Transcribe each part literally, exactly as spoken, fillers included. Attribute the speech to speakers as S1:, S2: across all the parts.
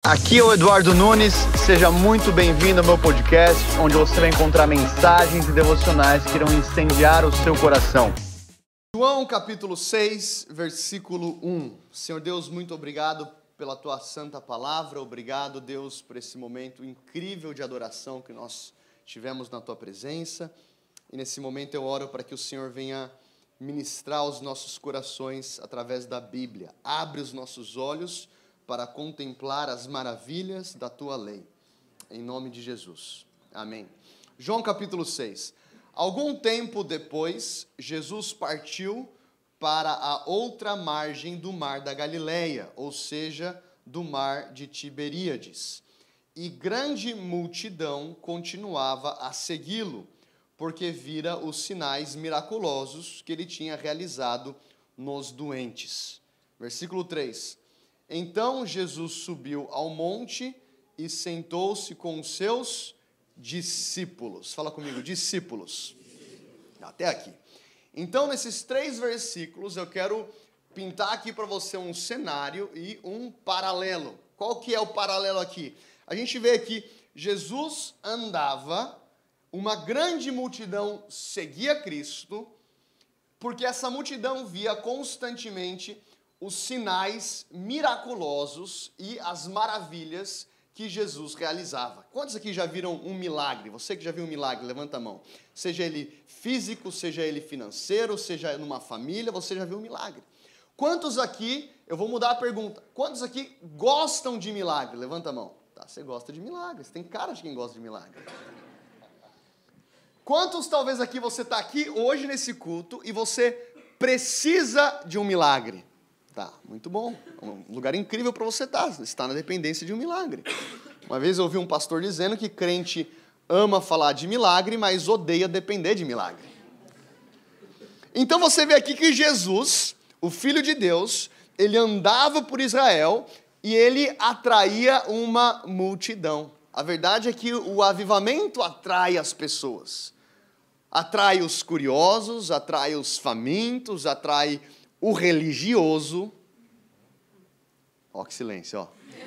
S1: Aqui é o Eduardo Nunes, seja muito bem-vindo ao meu podcast, onde você vai encontrar mensagens e devocionais que irão incendiar o seu coração.
S2: João capítulo seis, versículo um. Senhor Deus, muito obrigado pela tua santa palavra, obrigado Deus por esse momento incrível de adoração que nós tivemos na tua presença. E nesse momento eu oro para que o Senhor venha ministrar os nossos corações através da Bíblia. Abre os nossos olhos para contemplar as maravilhas da tua lei. Em nome de Jesus. Amém. João capítulo seis. Algum tempo depois, Jesus partiu para a outra margem do mar da Galileia, ou seja, do mar de Tiberíades. E grande multidão continuava a segui-lo, porque vira os sinais miraculosos que ele tinha realizado nos doentes. Versículo três. Então Jesus subiu ao monte e sentou-se com os seus discípulos. Fala comigo, discípulos. Até aqui. Então, nesses três versículos, eu quero pintar aqui para você um cenário e um paralelo. Qual que é o paralelo aqui? A gente vê que Jesus andava, uma grande multidão seguia Cristo, porque essa multidão via constantemente os sinais miraculosos e as maravilhas que Jesus realizava. Quantos aqui já viram um milagre? Você que já viu um milagre, levanta a mão. Seja ele físico, seja ele financeiro, seja numa família, você já viu um milagre. Quantos aqui, eu vou mudar a pergunta, quantos aqui gostam de milagre? Levanta a mão. Tá, você gosta de milagre, você tem cara de quem gosta de milagre. Quantos talvez aqui você está aqui hoje nesse culto e você precisa de um milagre? Tá, muito bom. Um lugar incrível para você estar. Você está na dependência de um milagre. Uma vez eu ouvi um pastor dizendo que crente ama falar de milagre, mas odeia depender de milagre. Então você vê aqui que Jesus, o Filho de Deus, ele andava por Israel e ele atraía uma multidão. A verdade é que o avivamento atrai as pessoas. Atrai os curiosos, atrai os famintos, atrai o religioso. Ó, que silêncio, ó.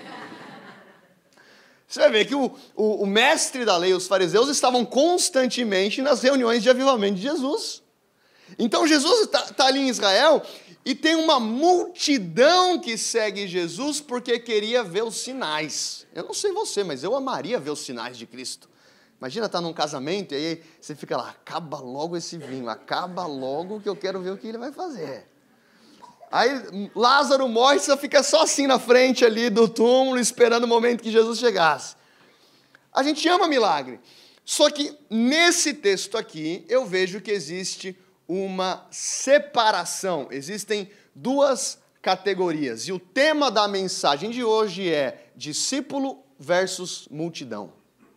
S2: Você vai ver que o, o, o mestre da lei, os fariseus, estavam constantemente nas reuniões de avivamento de Jesus. Então Jesus está tá ali em Israel e tem uma multidão que segue Jesus porque queria ver os sinais. Eu não sei você, mas eu amaria ver os sinais de Cristo. Imagina estar num casamento e aí você fica lá, acaba logo esse vinho, acaba logo que eu quero ver o que ele vai fazer. Aí Lázaro morre, você fica só assim na frente ali do túmulo, esperando o momento que Jesus chegasse. A gente ama milagre. Só que nesse texto aqui, eu vejo que existe uma separação. Existem duas categorias. E o tema da mensagem de hoje é discípulo versus multidão.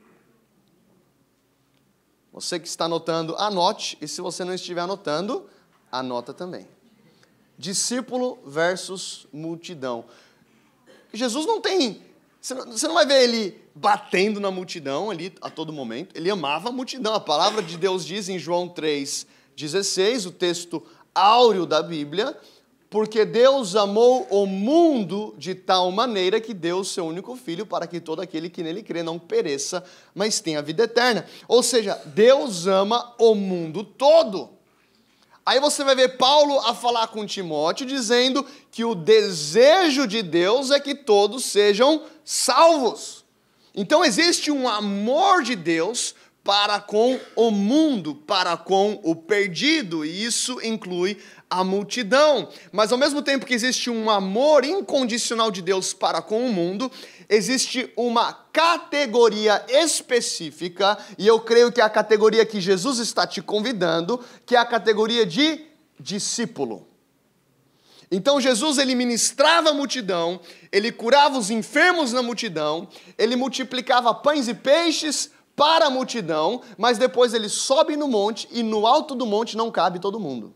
S2: Você que está anotando, anote. E se você não estiver anotando, anota também. Discípulo versus multidão. Jesus não tem... Você não vai ver ele batendo na multidão ali a todo momento. Ele amava a multidão. A palavra de Deus diz em João três, dezesseis, o texto áureo da Bíblia, porque Deus amou o mundo de tal maneira que deu o seu único filho para que todo aquele que nele crê não pereça, mas tenha vida eterna. Ou seja, Deus ama o mundo todo. Aí você vai ver Paulo a falar com Timóteo, dizendo que o desejo de Deus é que todos sejam salvos. Então existe um amor de Deus para com o mundo, para com o perdido, e isso inclui a multidão. Mas ao mesmo tempo que existe um amor incondicional de Deus para com o mundo, existe uma categoria específica, e eu creio que é a categoria que Jesus está te convidando, que é a categoria de discípulo. Então Jesus, ele ministrava a multidão, ele curava os enfermos na multidão, ele multiplicava pães e peixes para a multidão, mas depois ele sobe no monte, e no alto do monte não cabe todo mundo.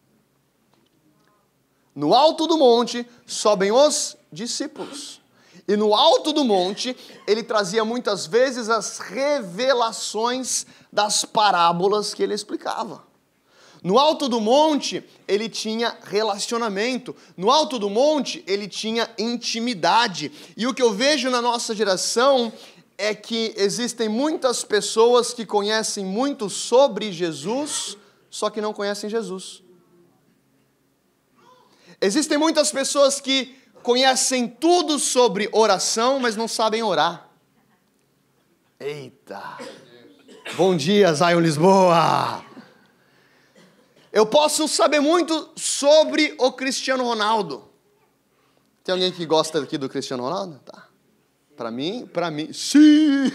S2: No alto do monte sobem os discípulos. E no alto do monte, ele trazia muitas vezes as revelações das parábolas que ele explicava. No alto do monte, ele tinha relacionamento. No alto do monte, ele tinha intimidade. E o que eu vejo na nossa geração é que existem muitas pessoas que conhecem muito sobre Jesus, só que não conhecem Jesus. Existem muitas pessoas que conhecem tudo sobre oração, mas não sabem orar. Eita! Bom dia, Zion Lisboa! Eu posso saber muito sobre o Cristiano Ronaldo. Tem alguém que gosta aqui do Cristiano Ronaldo? Tá. Para mim, para mim, sim!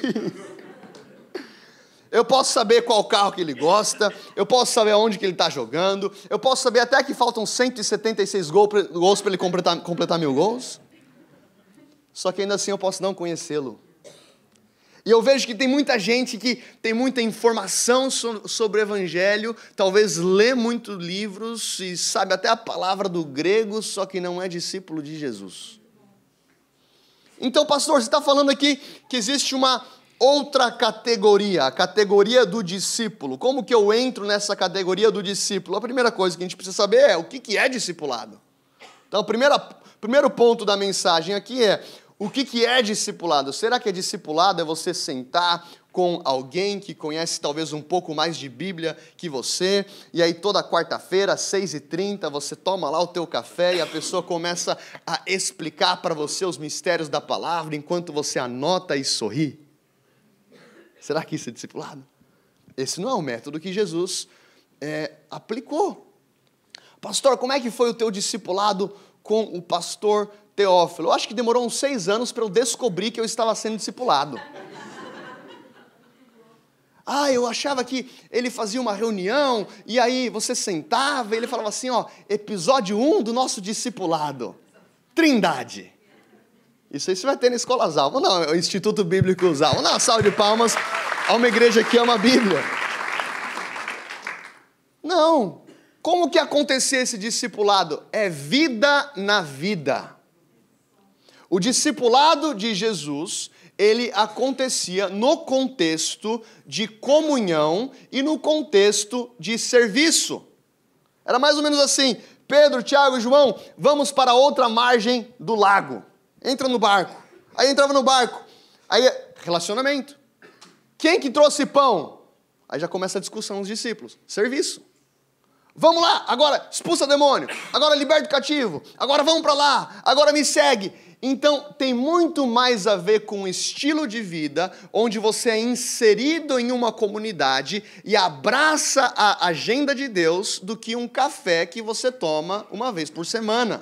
S2: Eu posso saber qual carro que ele gosta, eu posso saber onde que ele está jogando, eu posso saber até que faltam cento e setenta e seis gols para ele completar, completar mil gols. Só que ainda assim eu posso não conhecê-lo. E eu vejo que tem muita gente que tem muita informação sobre o Evangelho, talvez lê muitos livros e sabe até a palavra do grego, só que não é discípulo de Jesus. Então, pastor, você está falando aqui que existe uma outra categoria, a categoria do discípulo. Como que eu entro nessa categoria do discípulo? A primeira coisa que a gente precisa saber é o que é discipulado. Então, o primeiro, primeiro ponto da mensagem aqui é o que é discipulado. Será que é discipulado é você sentar com alguém que conhece talvez um pouco mais de Bíblia que você, e aí toda quarta-feira, às seis e trinta, você toma lá o teu café e a pessoa começa a explicar para você os mistérios da palavra enquanto você anota e sorri? Será que isso é discipulado? Esse não é o método que Jesus é, aplicou. Pastor, como é que foi o teu discipulado com o pastor Teófilo? Eu acho que demorou uns seis anos para eu descobrir que eu estava sendo discipulado. Ah, eu achava que ele fazia uma reunião, e aí você sentava e ele falava assim, ó, episódio um do nosso discipulado, Trindade. Isso aí você vai ter na Escola Zalva. Não, é o Instituto Bíblico Zalva. Não, salve de palmas a uma igreja que ama a Bíblia. Não. Como que acontecia esse discipulado? É vida na vida. O discipulado de Jesus, ele acontecia no contexto de comunhão e no contexto de serviço. Era mais ou menos assim, Pedro, Tiago e João, vamos para outra margem do lago. Entra no barco. Aí entrava no barco. Aí, relacionamento. Quem que trouxe pão? Aí já começa a discussão dos discípulos. Serviço. Vamos lá, agora expulsa demônio. Agora liberta o cativo. Agora vamos para lá. Agora me segue. Então, tem muito mais a ver com o estilo de vida, onde você é inserido em uma comunidade e abraça a agenda de Deus, do que um café que você toma uma vez por semana.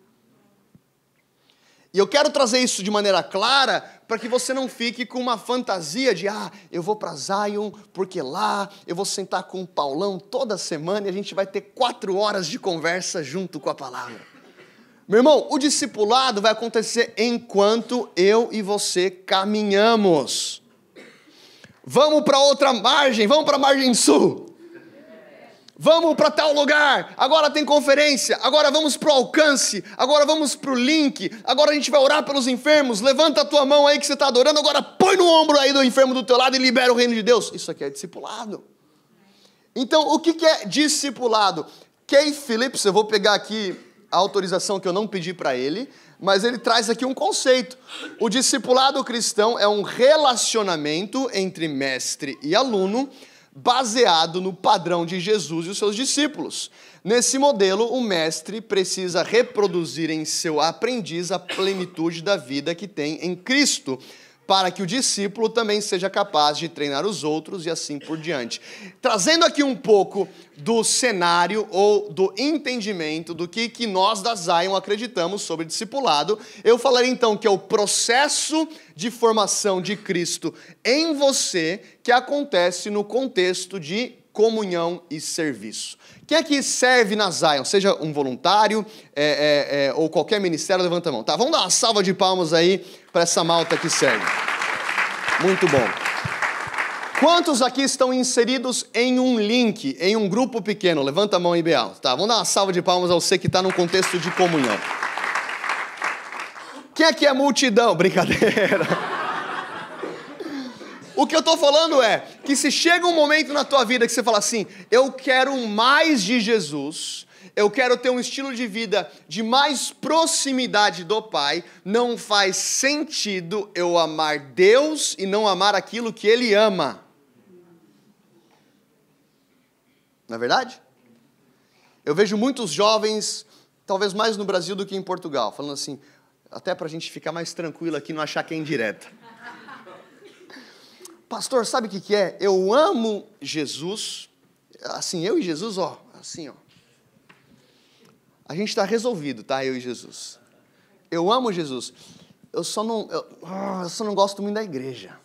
S2: E eu quero trazer isso de maneira clara para que você não fique com uma fantasia de ah, eu vou para Zion porque lá eu vou sentar com o Paulão toda semana e a gente vai ter quatro horas de conversa junto com a palavra. Meu irmão, o discipulado vai acontecer enquanto eu e você caminhamos. Vamos para outra margem, vamos para a margem sul. Vamos para tal lugar, agora tem conferência, agora vamos para o alcance, agora vamos para o link, agora a gente vai orar pelos enfermos, levanta a tua mão aí que você está adorando, agora põe no ombro aí do enfermo do teu lado e libera o reino de Deus. Isso aqui é discipulado. Então, o que é discipulado? Keith Phillips, eu vou pegar aqui a autorização que eu não pedi para ele, mas ele traz aqui um conceito. O discipulado cristão é um relacionamento entre mestre e aluno, baseado no padrão de Jesus e os seus discípulos. Nesse modelo, o mestre precisa reproduzir em seu aprendiz a plenitude da vida que tem em Cristo, para que o discípulo também seja capaz de treinar os outros e assim por diante. Trazendo aqui um pouco do cenário ou do entendimento do que, que nós da Zion acreditamos sobre discipulado, eu falarei então que é o processo de formação de Cristo em você que acontece no contexto de comunhão e serviço. Quem aqui serve na Zion, seja um voluntário é, é, é, ou qualquer ministério, levanta a mão. Tá, vamos dar uma salva de palmas aí para essa malta que serve. Muito bom. Quantos aqui estão inseridos em um link, em um grupo pequeno? Levanta a mão aí, Beal. Tá, vamos dar uma salva de palmas a você que está no contexto de comunhão. Quem aqui é multidão? Brincadeira. O que eu estou falando é que se chega um momento na tua vida que você fala assim, eu quero mais de Jesus, eu quero ter um estilo de vida de mais proximidade do Pai, não faz sentido eu amar Deus e não amar aquilo que Ele ama. Não é verdade? Eu vejo muitos jovens, talvez mais no Brasil do que em Portugal, falando assim, até para a gente ficar mais tranquilo aqui, não achar que é indireta. Pastor, sabe o que que é? Eu amo Jesus, assim, eu e Jesus, ó, assim, ó. A gente está resolvido, tá? Eu e Jesus. Eu amo Jesus. Eu só não, eu, eu só não gosto muito da igreja.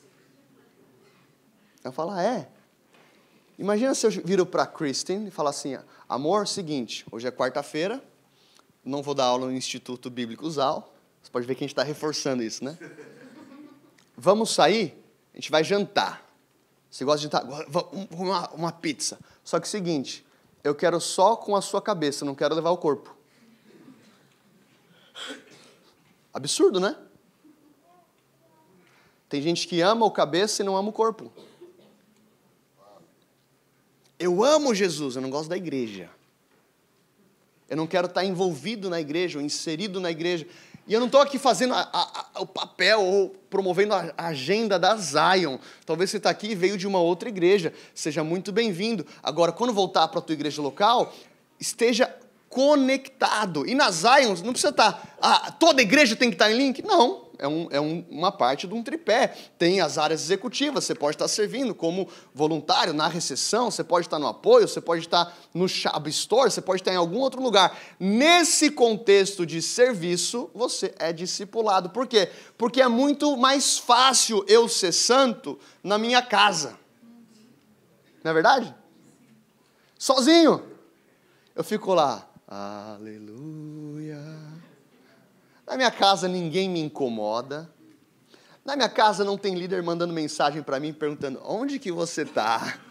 S2: Eu falo, ah, é? Imagina se eu viro para Kristen e falar assim, amor, seguinte, hoje é quarta-feira, não vou dar aula no Instituto Bíblico Zal. Você pode ver que a gente está reforçando isso, né? Vamos sair? A gente vai jantar. Você gosta de jantar? Uma, uma pizza. Só que é o seguinte, eu quero só com a sua cabeça, não quero levar o corpo. Absurdo, né? Tem gente que ama o cabeça e não ama o corpo. Eu amo Jesus, eu não gosto da igreja. Eu não quero estar envolvido na igreja, ou inserido na igreja. E eu não estou aqui fazendo a, a, a, o papel ou promovendo a agenda da Zion. Talvez você está aqui e veio de uma outra igreja. Seja muito bem-vindo. Agora, quando voltar para a tua igreja local, esteja conectado. E na Zion, não precisa estar... Ah, toda igreja tem que estar em link? Não. É, um, é um, uma parte de um tripé. Tem as áreas executivas, você pode estar servindo como voluntário na recepção, você pode estar no apoio, você pode estar no Shab Store, você pode estar em algum outro lugar. Nesse contexto de serviço, você é discipulado. Por quê? Porque é muito mais fácil eu ser santo na minha casa. Não é verdade? Sozinho. Eu fico lá, aleluia. Na minha casa ninguém me incomoda. Na minha casa não tem líder mandando mensagem para mim perguntando, onde que você está?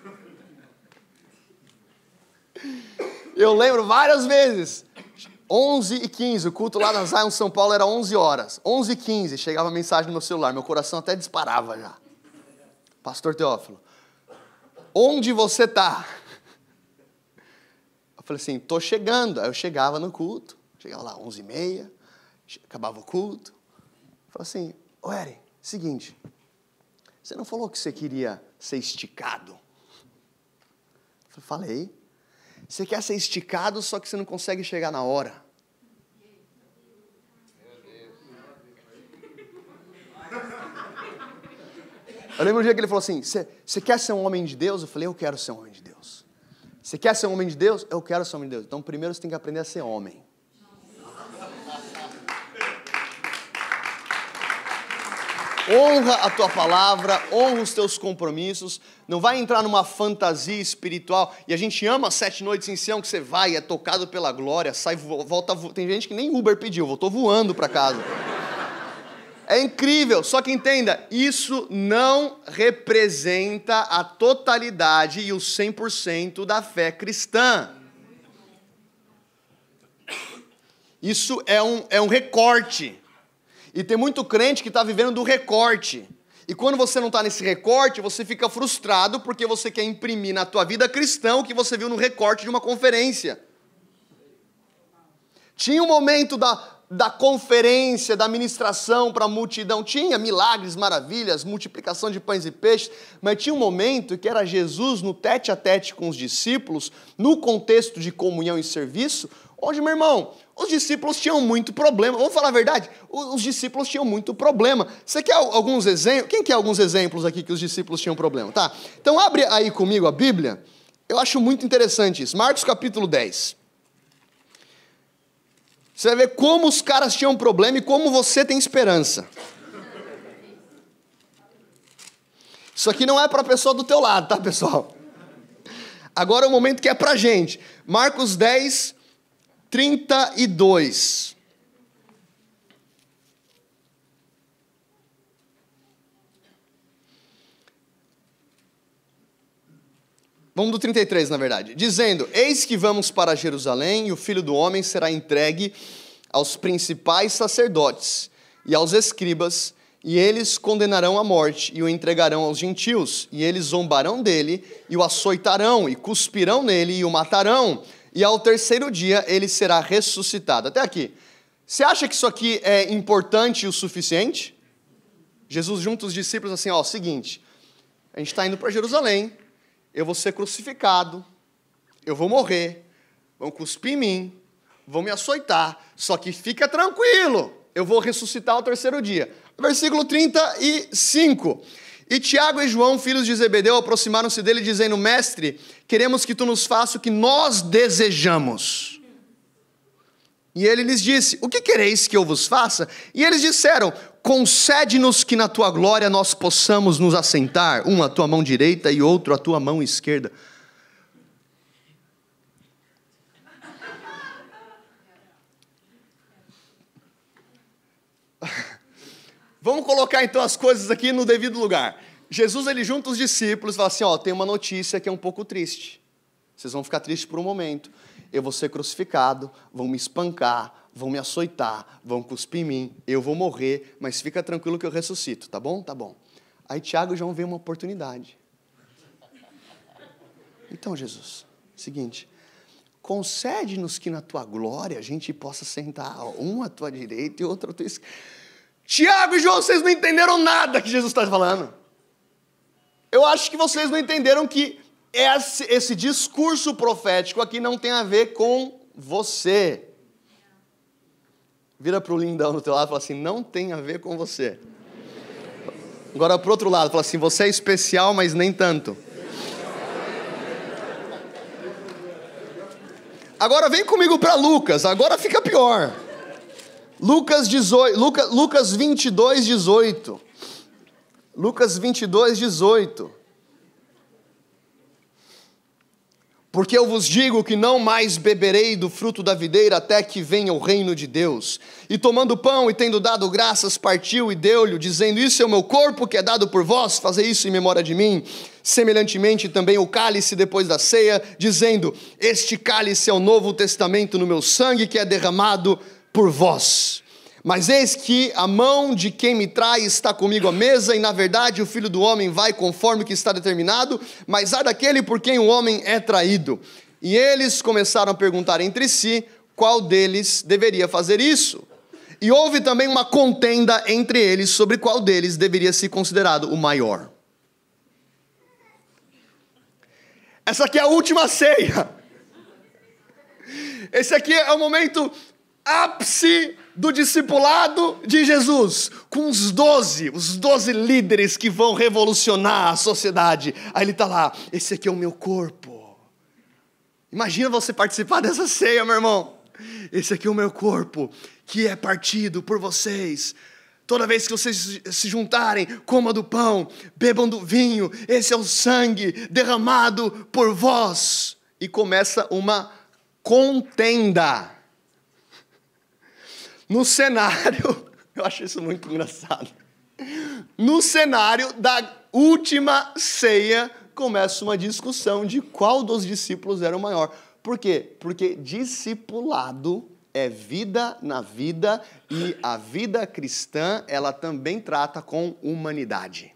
S2: Eu lembro várias vezes, onze e quinze, o culto lá na Zion São Paulo era onze horas. onze e quinze, chegava a mensagem no meu celular, meu coração até disparava já. Pastor Teófilo, onde você está? Eu falei assim, estou chegando. Aí eu chegava no culto, chegava lá onze e meia. Acabava o culto. Falei assim, ô Eri, seguinte, você não falou que você queria ser esticado? Eu falei, você quer ser esticado, só que você não consegue chegar na hora. Eu lembro um dia que ele falou assim, você, você quer ser um homem de Deus? Eu falei, eu quero ser um homem de Deus. Você quer ser um homem de Deus? Eu quero ser um homem de Deus. Então primeiro você tem que aprender a ser homem. Honra a tua palavra, honra os teus compromissos, não vai entrar numa fantasia espiritual, e a gente ama as sete noites em Sião, que você vai, é tocado pela glória, sai, volta, tem gente que nem Uber pediu, voltou voando para casa. É incrível, só que entenda, isso não representa a totalidade e o cem por cento da fé cristã. Isso é um, é um recorte. E tem muito crente que está vivendo do recorte. E quando você não está nesse recorte, você fica frustrado porque você quer imprimir na tua vida cristã o que você viu no recorte de uma conferência. Tinha um momento da, da conferência, da ministração para a multidão. Tinha milagres, maravilhas, multiplicação de pães e peixes. Mas tinha um momento que era Jesus no tete a tete com os discípulos, no contexto de comunhão e serviço, onde, meu irmão, os discípulos tinham muito problema. Vamos falar a verdade? Os discípulos tinham muito problema. Você quer alguns exemplos? Quem quer alguns exemplos aqui que os discípulos tinham problema? Tá? Então abre aí comigo a Bíblia. Eu acho muito interessante isso. Marcos capítulo dez. Você vai ver como os caras tinham problema e como você tem esperança. Isso aqui não é para a pessoa do teu lado, tá, pessoal? Agora é o momento que é para a gente. Marcos dez, trinta e dois. Vamos do trinta e três, na verdade. Dizendo, eis que vamos para Jerusalém, e o Filho do Homem será entregue aos principais sacerdotes e aos escribas, E eles condenarão à morte e o entregarão aos gentios, e eles zombarão dele e o açoitarão, e cuspirão nele e o matarão, e ao terceiro dia ele será ressuscitado. Até aqui. Você acha que isso aqui é importante o suficiente? Jesus junta os discípulos assim, ó, seguinte, a gente está indo para Jerusalém, eu vou ser crucificado, eu vou morrer, vão cuspir em mim, vão me açoitar, só que fica tranquilo, eu vou ressuscitar ao terceiro dia. Versículo trinta e cinco. E Tiago e João, filhos de Zebedeu, aproximaram-se dele, dizendo, mestre, queremos que tu nos faça o que nós desejamos. E ele lhes disse, o que quereis que eu vos faça? E eles disseram, concede-nos que na tua glória nós possamos nos assentar, um à tua mão direita e outro à tua mão esquerda. Vamos colocar então as coisas aqui no devido lugar. Jesus, ele junta os discípulos e fala assim, ó, tem uma notícia que é um pouco triste. Vocês vão ficar tristes por um momento. Eu vou ser crucificado, vão me espancar, vão me açoitar, vão cuspir em mim, eu vou morrer, mas fica tranquilo que eu ressuscito, tá bom? Tá bom. Aí Tiago e João vê uma oportunidade. Então, Jesus, seguinte, concede-nos que na tua glória a gente possa sentar, um à tua direita e outro à tua esquerda. Tiago e João, vocês não entenderam nada que Jesus está falando. Eu acho que vocês não entenderam que esse, esse discurso profético aqui não tem a ver com você. Vira para o lindão do teu lado e fala assim, não tem a ver com você. Agora para o outro lado, fala assim, você é especial, mas nem tanto. Agora vem comigo para Lucas, agora fica pior. Lucas, dezoito, Lucas, Lucas vinte e dois, dezoito. Lucas vinte e dois, dezoito. Porque eu vos digo que não mais beberei do fruto da videira até que venha o reino de Deus. E tomando pão e tendo dado graças, partiu e deu-lhe, dizendo, isso é o meu corpo que é dado por vós, fazei isso em memória de mim. Semelhantemente também o cálice depois da ceia, dizendo, este cálice é o novo testamento no meu sangue que é derramado por vós. Mas eis que a mão de quem me trai está comigo à mesa, e na verdade o Filho do Homem vai conforme o que está determinado, mas há daquele por quem o homem é traído. E eles começaram a perguntar entre si, qual deles deveria fazer isso? E houve também uma contenda entre eles, sobre qual deles deveria ser considerado o maior. Essa aqui é a última ceia. Esse aqui é o momento ápice do discipulado de Jesus, com os doze, os doze líderes que vão revolucionar a sociedade. Aí ele está lá, esse aqui é o meu corpo. Imagina você participar dessa ceia, meu irmão. Esse aqui é o meu corpo, que é partido por vocês. Toda vez que vocês se juntarem, comam do pão, bebam do vinho. Esse é o sangue derramado por vós. E começa uma contenda. No cenário, eu acho isso muito engraçado. No cenário da última ceia, começa uma discussão de qual dos discípulos era o maior. Por quê? Porque discipulado é vida na vida e a vida cristã, ela também trata com humanidade.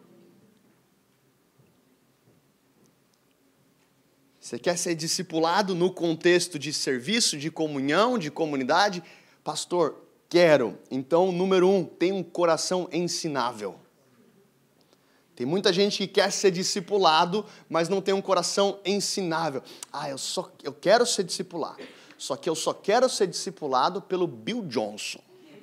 S2: Você quer ser discipulado no contexto de serviço, de comunhão, de comunidade? Pastor, quero. Então, número um, tem um coração ensinável. Tem muita gente que quer ser discipulado, mas não tem um coração ensinável. Ah, eu, só, eu quero ser discipulado. Só que eu só quero ser discipulado pelo Bill Johnson.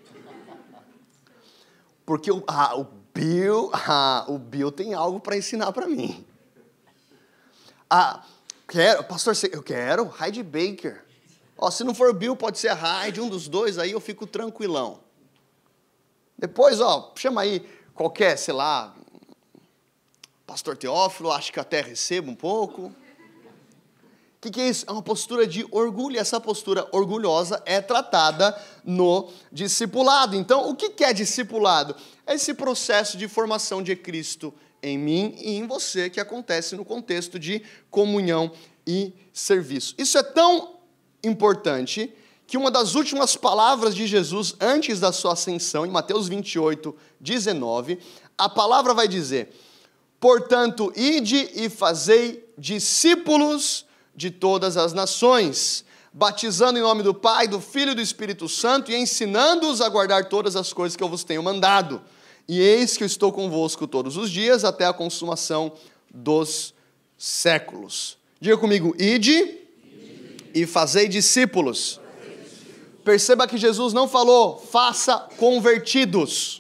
S2: Porque o, ah, o, Bill, ah, o Bill tem algo para ensinar para mim. Ah, quero, pastor, eu quero Heidi Baker. Ó, se não for o Bill, pode ser a Heidi, um dos dois, aí eu fico tranquilão. Depois, ó, chama aí qualquer, sei lá, pastor Teófilo, acho que até recebo um pouco. O que, que é isso? É uma postura de orgulho. Essa postura orgulhosa é tratada no discipulado. Então, o que, que é discipulado? É esse processo de formação de Cristo em mim e em você, que acontece no contexto de comunhão e serviço. Isso é tão importante que uma das últimas palavras de Jesus antes da sua ascensão, em Mateus vinte e oito, dezenove, a palavra vai dizer: portanto, ide e fazei discípulos de todas as nações, batizando em nome do Pai, do Filho e do Espírito Santo e ensinando-os a guardar todas as coisas que eu vos tenho mandado. E eis que eu estou convosco todos os dias até a consumação dos séculos. Diga comigo: ide, ide. E fazei discípulos. fazei discípulos. Perceba que Jesus não falou: faça convertidos.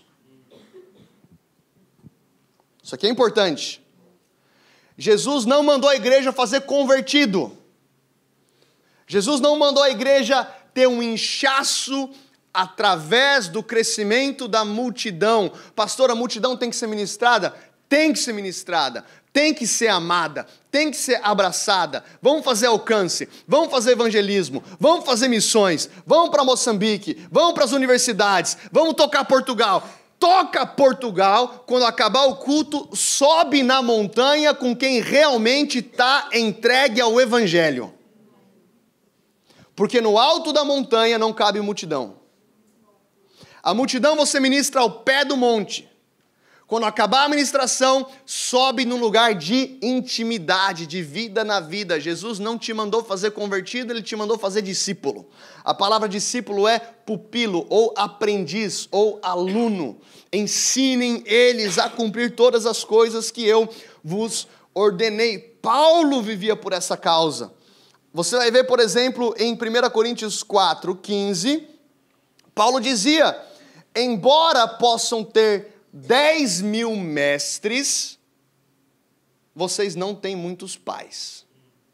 S2: Isso aqui é importante. Jesus não mandou a igreja fazer convertido. Jesus não mandou a igreja ter um inchaço através do crescimento da multidão. Pastor, a multidão tem que ser ministrada? Tem que ser ministrada. Tem que ser amada. Tem que ser abraçada. Vamos fazer alcance. Vamos fazer evangelismo. Vamos fazer missões. Vamos para Moçambique. Vamos para as universidades. Vamos tocar Portugal. Toca Portugal, quando acabar o culto, sobe na montanha com quem realmente está entregue ao evangelho. Porque no alto da montanha não cabe multidão. A multidão você ministra ao pé do monte. Quando acabar a ministração, sobe num lugar de intimidade, de vida na vida. Jesus não te mandou fazer convertido, Ele te mandou fazer discípulo. A palavra discípulo é pupilo, ou aprendiz, ou aluno. Ensinem eles a cumprir todas as coisas que eu vos ordenei. Paulo vivia por essa causa. Você vai ver, por exemplo, em primeira Coríntios quatro, quinze, Paulo dizia: embora possam ter dez mil mestres, vocês não têm muitos pais.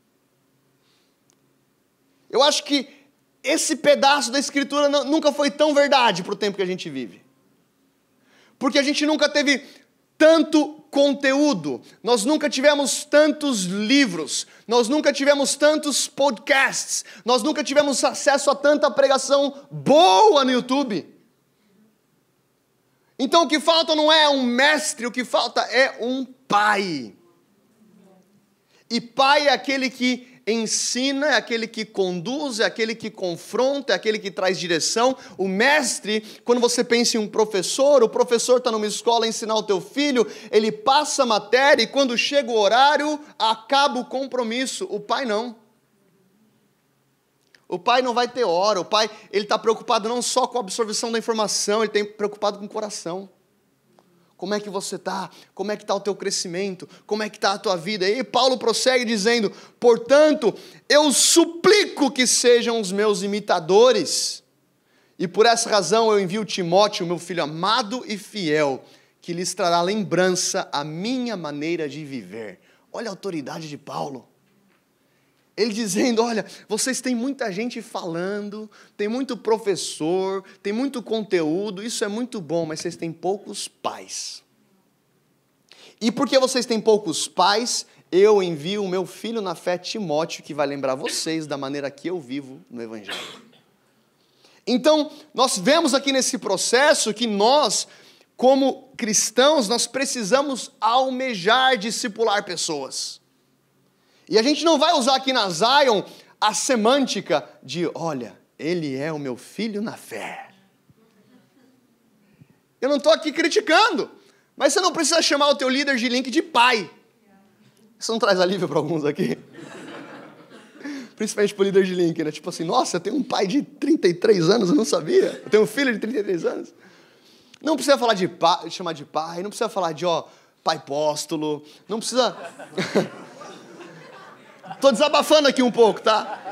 S2: Eu acho que esse pedaço da Escritura nunca foi tão verdade para o tempo que a gente vive. Porque a gente nunca teve tanto conteúdo, nós nunca tivemos tantos livros, nós nunca tivemos tantos podcasts, nós nunca tivemos acesso a tanta pregação boa no YouTube. Então o que falta não é um mestre, o que falta é um pai. E pai é aquele que ensina, é aquele que conduz, é aquele que confronta, é aquele que traz direção. O mestre, quando você pensa em um professor, o professor está numa escola a ensinar o teu filho, ele passa a matéria e quando chega o horário, acaba o compromisso. O pai não. O pai não vai ter hora, o pai ele está preocupado não só com a absorção da informação, ele está preocupado com o coração. Como é que você está? Como é que está o teu crescimento? Como é que está a tua vida? E Paulo prossegue dizendo: portanto, eu suplico que sejam os meus imitadores. E por essa razão eu envio Timóteo, meu filho amado e fiel, que lhes trará lembrança a minha maneira de viver. Olha a autoridade de Paulo. Ele dizendo: olha, vocês têm muita gente falando, tem muito professor, tem muito conteúdo, isso é muito bom, mas vocês têm poucos pais. E porque vocês têm poucos pais, eu envio o meu filho na fé, Timóteo, que vai lembrar vocês da maneira que eu vivo no Evangelho. Então, nós vemos aqui nesse processo que nós, como cristãos, nós precisamos almejar discipular pessoas. E a gente não vai usar aqui na Zion a semântica de, olha, ele é o meu filho na fé. Eu não estou aqui criticando, mas você não precisa chamar o teu líder de link de pai. Isso não traz alívio para alguns aqui? Principalmente para o líder de link, né? Tipo assim, nossa, eu tenho um pai de trinta e três anos, eu não sabia. Eu tenho um filho de trinta e três anos. Não precisa falar de pai, chamar de pai, não precisa falar de, ó, pai apóstolo, não precisa... Estou desabafando aqui um pouco, tá?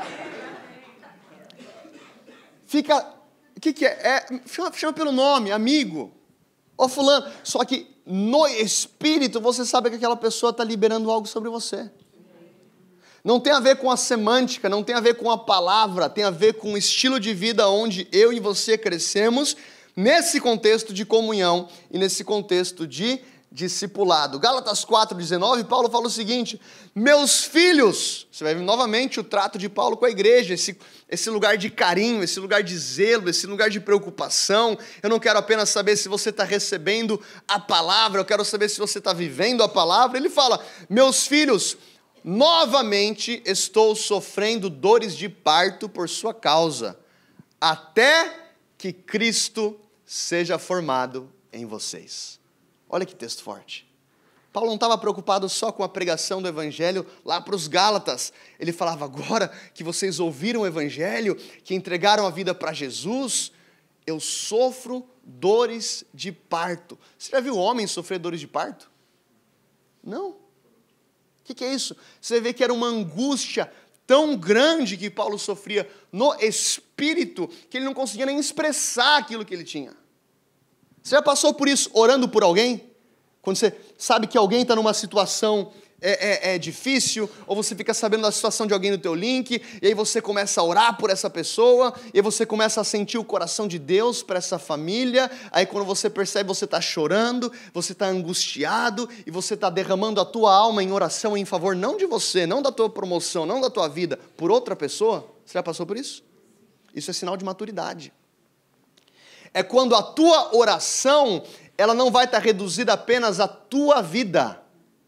S2: Fica... O que, que é? é chama, chama pelo nome, amigo. Ó fulano. Só que no espírito você sabe que aquela pessoa está liberando algo sobre você. Não tem a ver com a semântica, não tem a ver com a palavra, tem a ver com o estilo de vida onde eu e você crescemos, nesse contexto de comunhão e nesse contexto de discipulado. Gálatas quatro, dezenove, Paulo fala o seguinte: meus filhos, você vai ver novamente o trato de Paulo com a igreja, esse, esse lugar de carinho, esse lugar de zelo, esse lugar de preocupação. Eu não quero apenas saber se você está recebendo a palavra, eu quero saber se você está vivendo a palavra. Ele fala: meus filhos, novamente estou sofrendo dores de parto por sua causa, até que Cristo seja formado em vocês. Olha que texto forte. Paulo não estava preocupado só com a pregação do Evangelho lá para os Gálatas. Ele falava, agora que vocês ouviram o Evangelho, que entregaram a vida para Jesus, eu sofro dores de parto. Você já viu homem sofrer dores de parto? Não. O que, que é isso? Você vê que era uma angústia tão grande que Paulo sofria no espírito, que ele não conseguia nem expressar aquilo que ele tinha. Você já passou por isso orando por alguém? Quando você sabe que alguém está numa situação é, é, é difícil, ou você fica sabendo da situação de alguém no teu link, e aí você começa a orar por essa pessoa, e aí você começa a sentir o coração de Deus para essa família, aí quando você percebe, você está chorando, você está angustiado, e você está derramando a tua alma em oração em favor não de você, não da tua promoção, não da tua vida, por outra pessoa. Você já passou por isso? Isso é sinal de maturidade. É quando a tua oração, ela não vai estar reduzida apenas à tua vida.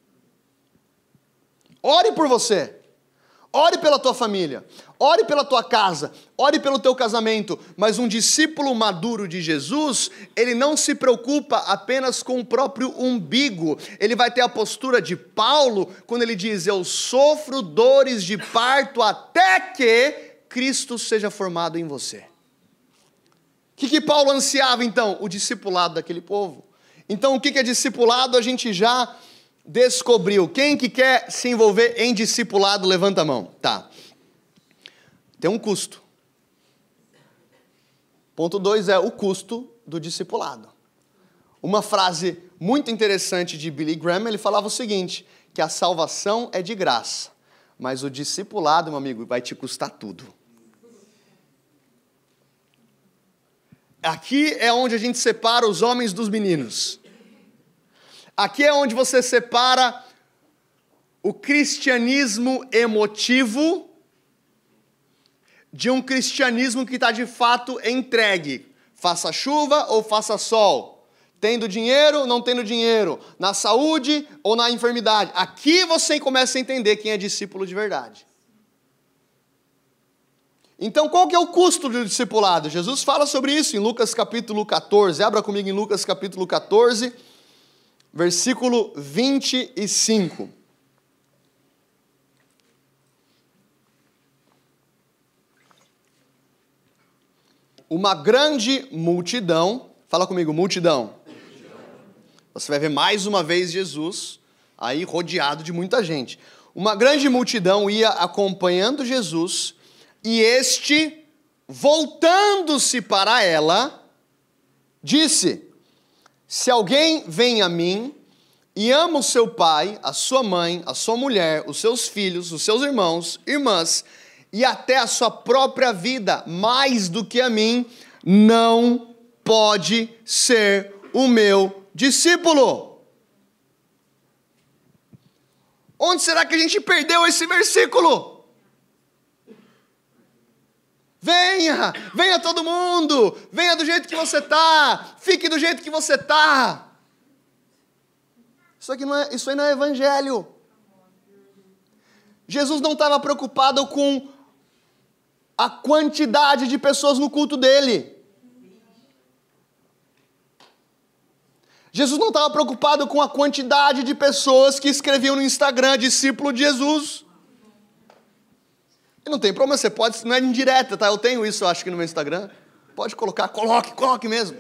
S2: Ore por você, ore pela tua família, ore pela tua casa, ore pelo teu casamento, mas um discípulo maduro de Jesus, ele não se preocupa apenas com o próprio umbigo, ele vai ter a postura de Paulo, quando ele diz, eu sofro dores de parto até que Cristo seja formado em você. O que, que Paulo ansiava então? O discipulado daquele povo. Então o que, que é discipulado a gente já descobriu. Quem que quer se envolver em discipulado, levanta a mão. Tá. Tem um custo. Ponto dois é o custo do discipulado. Uma frase muito interessante de Billy Graham, ele falava o seguinte, que a salvação é de graça, mas o discipulado, meu amigo, vai te custar tudo. Aqui é onde a gente separa os homens dos meninos. Aqui é onde você separa o cristianismo emotivo de um cristianismo que está de fato entregue. Faça chuva ou faça sol. Tendo dinheiro ou não tendo dinheiro. Na saúde ou na enfermidade. Aqui você começa a entender quem é discípulo de verdade. Então, qual que é o custo do discipulado? Jesus fala sobre isso em Lucas capítulo catorze. Abra comigo em Lucas capítulo catorze, versículo vinte e cinco. Uma grande multidão, fala comigo, multidão. multidão. Você vai ver mais uma vez Jesus aí rodeado de muita gente. Uma grande multidão ia acompanhando Jesus, e este, voltando-se para ela, disse, se alguém vem a mim e ama o seu pai, a sua mãe, a sua mulher, os seus filhos, os seus irmãos, irmãs, e até a sua própria vida, mais do que a mim, não pode ser o meu discípulo. Onde será que a gente perdeu esse versículo? Venha, venha todo mundo, venha do jeito que você está, fique do jeito que você está. Isso aqui não é, isso aí não é evangelho. Jesus não estava preocupado com a quantidade de pessoas no culto dele. Jesus não estava preocupado com a quantidade de pessoas que escreviam no Instagram, discípulo de Jesus. E não tem problema, você pode, não é indireta, tá? Eu tenho isso, eu acho que no meu Instagram. Pode colocar, coloque, coloque mesmo.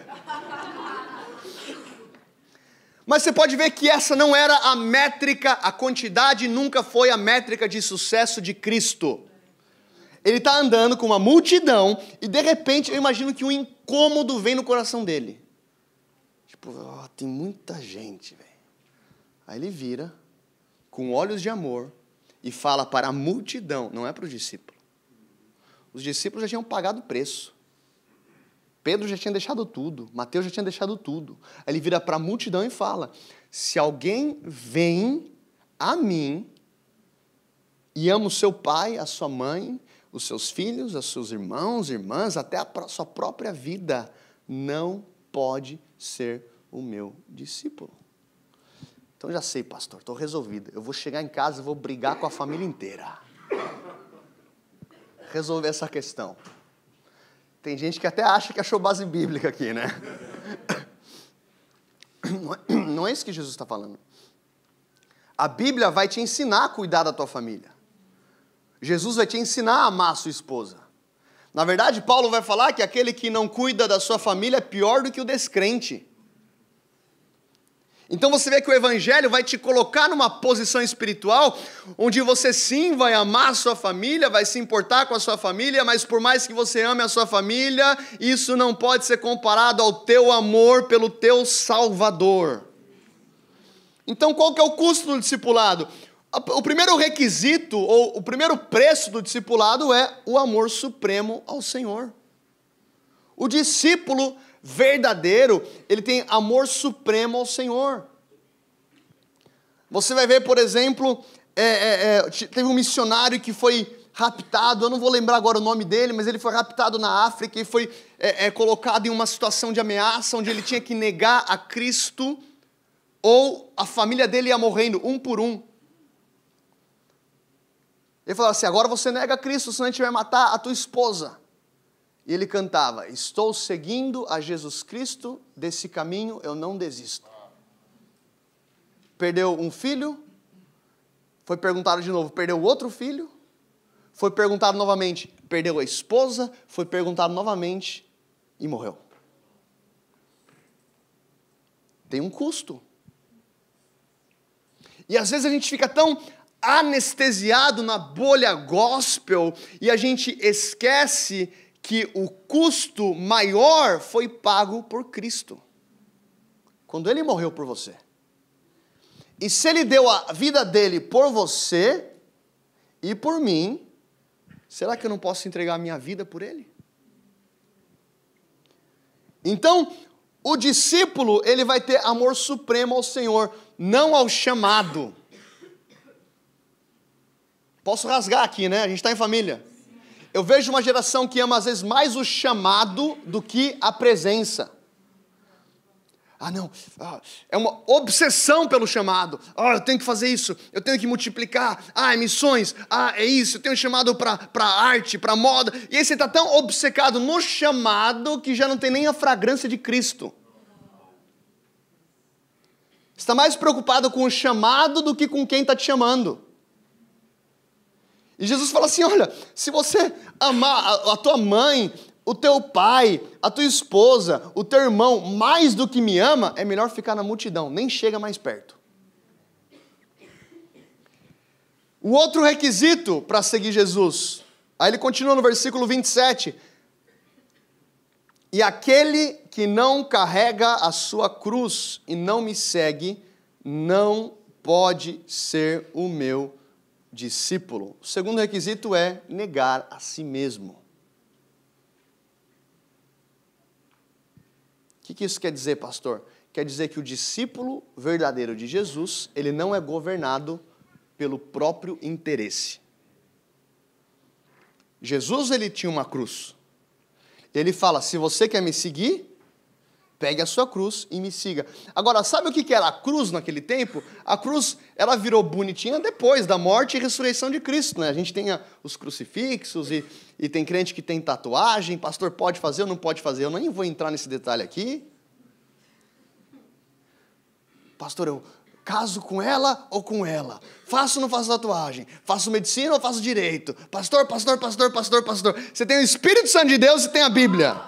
S2: Mas você pode ver que essa não era a métrica, a quantidade nunca foi a métrica de sucesso de Cristo. Ele está andando com uma multidão e de repente eu imagino que um incômodo vem no coração dele. Tipo, oh, tem muita gente, velho. Aí ele vira, com olhos de amor, e fala para a multidão, não é para o discípulo. Os discípulos já tinham pagado o preço. Pedro já tinha deixado tudo, Mateus já tinha deixado tudo. Aí ele vira para a multidão e fala, se alguém vem a mim e ama o seu pai, a sua mãe, os seus filhos, os seus irmãos, irmãs, até a sua própria vida, não pode ser o meu discípulo. Então já sei, pastor, estou resolvido. Eu vou chegar em casa e vou brigar com a família inteira. Resolver essa questão. Tem gente que até acha que achou base bíblica aqui, né? Não é isso que Jesus está falando. A Bíblia vai te ensinar a cuidar da tua família. Jesus vai te ensinar a amar a sua esposa. Na verdade, Paulo vai falar que aquele que não cuida da sua família é pior do que o descrente. Então você vê que o Evangelho vai te colocar numa posição espiritual, onde você sim vai amar a sua família, vai se importar com a sua família, mas por mais que você ame a sua família, isso não pode ser comparado ao teu amor pelo teu Salvador. Então qual que é o custo do discipulado? O primeiro requisito, ou o primeiro preço do discipulado é o amor supremo ao Senhor. O discípulo verdadeiro, ele tem amor supremo ao Senhor. Você vai ver, por exemplo, é, é, é, teve um missionário que foi raptado, eu não vou lembrar agora o nome dele, mas ele foi raptado na África e foi é, é, colocado em uma situação de ameaça, onde ele tinha que negar a Cristo, ou a família dele ia morrendo, um por um. Ele falou assim, agora você nega a Cristo, senão a gente vai matar a tua esposa. E ele cantava, estou seguindo a Jesus Cristo, desse caminho eu não desisto. Perdeu um filho, foi perguntado de novo, perdeu outro filho, foi perguntado novamente, perdeu a esposa, foi perguntado novamente e morreu. Tem um custo. E às vezes a gente fica tão anestesiado na bolha gospel e a gente esquece que o custo maior foi pago por Cristo, quando Ele morreu por você. E se Ele deu a vida dEle por você e por mim, será que eu não posso entregar a minha vida por Ele? Então, o discípulo, ele vai ter amor supremo ao Senhor, não ao chamado. Posso rasgar aqui, né? A gente está em família. Eu vejo uma geração que ama às vezes mais o chamado do que a presença. Ah, não, ah, é uma obsessão pelo chamado. Ah, eu tenho que fazer isso, eu tenho que multiplicar. Ah, é missões, ah, é isso, eu tenho chamado para arte, para moda. E aí você está tão obcecado no chamado que já não tem nem a fragrância de Cristo. Você está mais preocupado com o chamado do que com quem está te chamando. E Jesus fala assim, olha, se você amar a, a tua mãe, o teu pai, a tua esposa, o teu irmão, mais do que me ama, é melhor ficar na multidão, nem chega mais perto. O outro requisito para seguir Jesus, aí ele continua no versículo vinte e sete, e aquele que não carrega a sua cruz e não me segue, não pode ser o meu discípulo. O segundo requisito é negar a si mesmo. O que, que isso quer dizer, pastor? Quer dizer que o discípulo verdadeiro de Jesus, ele não é governado pelo próprio interesse. Jesus, ele tinha uma cruz. Ele fala, se você quer me seguir, pegue a sua cruz e me siga. Agora, sabe o que era a cruz naquele tempo? A cruz, ela virou bonitinha depois da morte e ressurreição de Cristo, né? A gente tem os crucifixos e, e tem crente que tem tatuagem. Pastor, pode fazer ou não pode fazer? Eu nem vou entrar nesse detalhe aqui. Pastor, eu caso com ela ou com ela? Faço ou não faço tatuagem? Faço medicina ou faço direito? Pastor, pastor, pastor, pastor, pastor. Você tem o Espírito Santo de Deus e tem a Bíblia.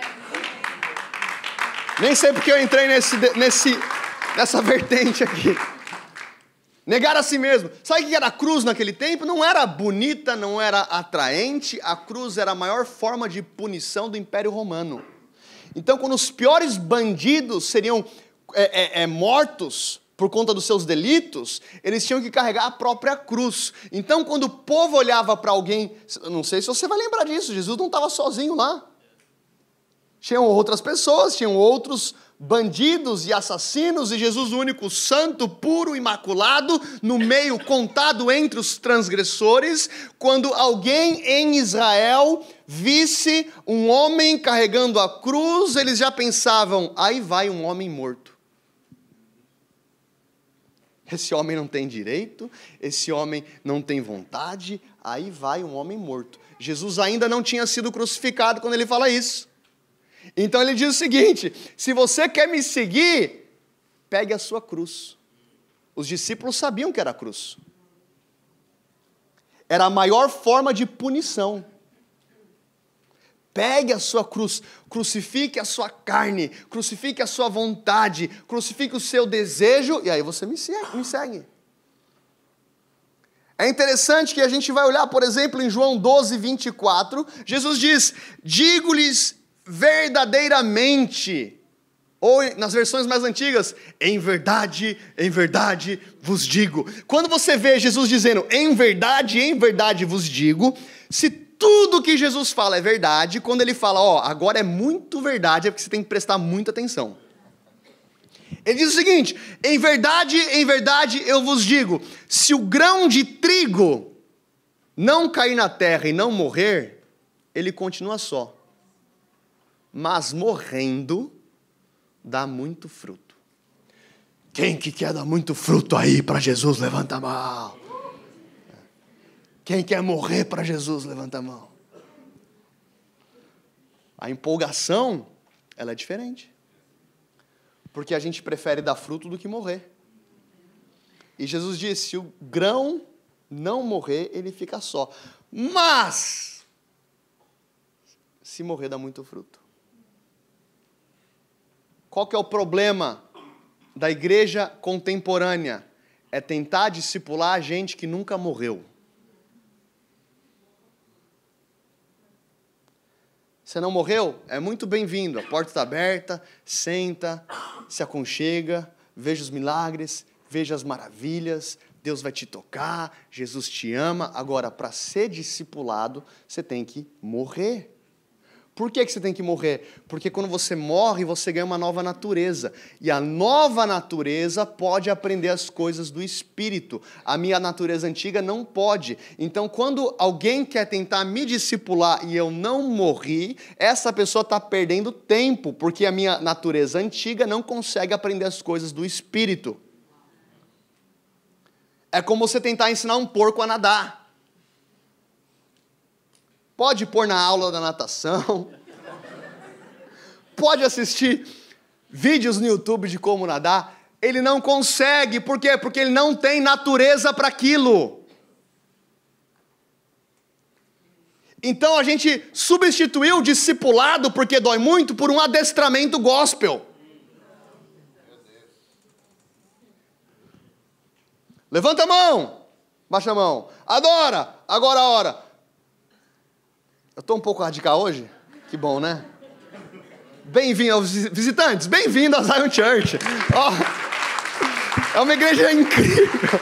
S2: Nem sei porque eu entrei nesse, nesse, nessa vertente aqui. Negar a si mesmo. Sabe o que era a cruz naquele tempo? Não era bonita, não era atraente. A cruz era a maior forma de punição do Império Romano. Então, quando os piores bandidos seriam é, é, é, mortos por conta dos seus delitos, eles tinham que carregar a própria cruz. Então, quando o povo olhava para alguém... Não sei se você vai lembrar disso. Jesus não estava sozinho lá. Tinham outras pessoas, tinham outros bandidos e assassinos, e Jesus, o único santo, puro, imaculado, no meio, contado entre os transgressores. Quando alguém em Israel visse um homem carregando a cruz, eles já pensavam, aí vai um homem morto. esse homem não tem direito, esse homem não tem vontade, aí vai um homem morto. Jesus ainda não tinha sido crucificado quando ele fala isso. Então ele diz o seguinte: se você quer me seguir, pegue a sua cruz. Os discípulos sabiam que era a cruz. Era a maior forma de punição. Pegue a sua cruz, crucifique a sua carne, crucifique a sua vontade, crucifique o seu desejo, e aí você me segue. É interessante que a gente vai olhar, por exemplo, em João doze, vinte e quatro, Jesus diz: digo-lhes verdadeiramente, ou nas versões mais antigas, em verdade, em verdade vos digo. Quando você vê Jesus dizendo, em verdade, em verdade vos digo, se tudo que Jesus fala é verdade, quando ele fala, ó, agora é muito verdade, é porque você tem que prestar muita atenção. Ele diz o seguinte: em verdade, em verdade eu vos digo, se o grão de trigo não cair na terra e não morrer, ele continua só. Mas morrendo, dá muito fruto. Quem que quer dar muito fruto aí para Jesus, levanta a mão. Quem quer morrer para Jesus, levanta a mão. A empolgação, ela é diferente. Porque a gente prefere dar fruto do que morrer. E Jesus disse, se o grão não morrer, ele fica só. Mas, se morrer, dá muito fruto. Qual que é o problema da igreja contemporânea? É tentar discipular a gente que nunca morreu. Você não morreu? É muito bem-vindo. A porta está aberta, senta, se aconchega, veja os milagres, veja as maravilhas, Deus vai te tocar, Jesus te ama. Agora, para ser discipulado, você tem que morrer. Por que que você tem que morrer? Porque quando você morre, você ganha uma nova natureza. E a nova natureza pode aprender as coisas do Espírito. A minha natureza antiga não pode. Então, quando alguém quer tentar me discipular e eu não morri, essa pessoa está perdendo tempo, porque a minha natureza antiga não consegue aprender as coisas do Espírito. É como você tentar ensinar um porco a nadar. Pode pôr na aula da natação, pode assistir vídeos no YouTube de como nadar, ele não consegue, por quê? Porque ele não tem natureza para aquilo. Então a gente substituiu o discipulado, porque dói muito, por um adestramento gospel. Levanta a mão, baixa a mão, adora, agora a hora. Eu estou um pouco radical hoje? Que bom, né? Bem-vindo aos visitantes, bem-vindo a Zion Church. Oh, é uma igreja incrível.